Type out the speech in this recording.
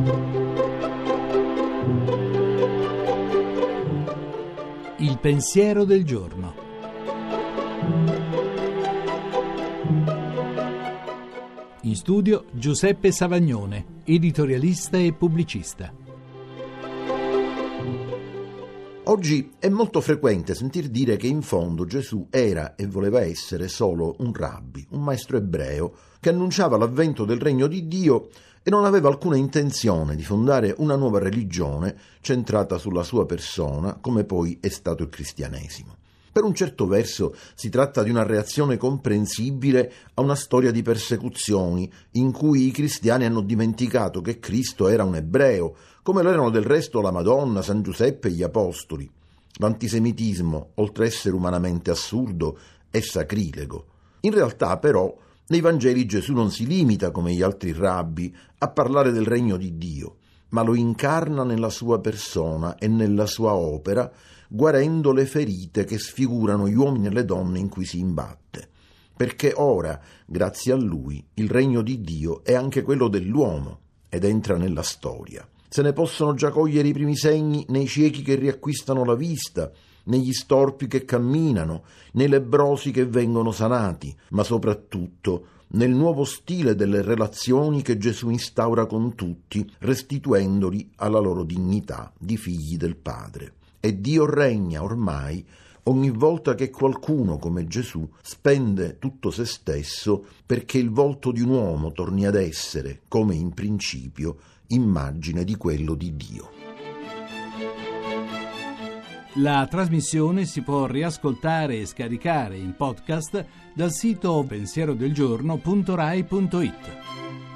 Il pensiero del giorno. In studio Giuseppe Savagnone, editorialista e pubblicista. Oggi è molto frequente sentir dire che in fondo Gesù era e voleva essere solo un rabbi, un maestro ebreo che annunciava l'avvento del regno di Dio e non aveva alcuna intenzione di fondare una nuova religione centrata sulla sua persona, come poi è stato il cristianesimo. Per un certo verso si tratta di una reazione comprensibile a una storia di persecuzioni in cui i cristiani hanno dimenticato che Cristo era un ebreo, come lo erano del resto la Madonna, San Giuseppe e gli Apostoli. L'antisemitismo, oltre a essere umanamente assurdo, è sacrilego. In realtà, però, nei Vangeli Gesù non si limita, come gli altri rabbi, a parlare del regno di Dio, ma lo incarna nella sua persona e nella sua opera, guarendo le ferite che sfigurano gli uomini e le donne in cui si imbatte. Perché ora, grazie a lui, il regno di Dio è anche quello dell'uomo ed entra nella storia. Se ne possono già cogliere i primi segni nei ciechi che riacquistano la vista, negli storpi che camminano, nei lebbrosi che vengono sanati, ma soprattutto nel nuovo stile delle relazioni che Gesù instaura con tutti, restituendoli alla loro dignità di figli del Padre. E Dio regna ormai ogni volta che qualcuno come Gesù spende tutto se stesso perché il volto di un uomo torni ad essere, come in principio, immagine di quello di Dio. La trasmissione si può riascoltare e scaricare in podcast dal sito pensierodelgiorno.rai.it.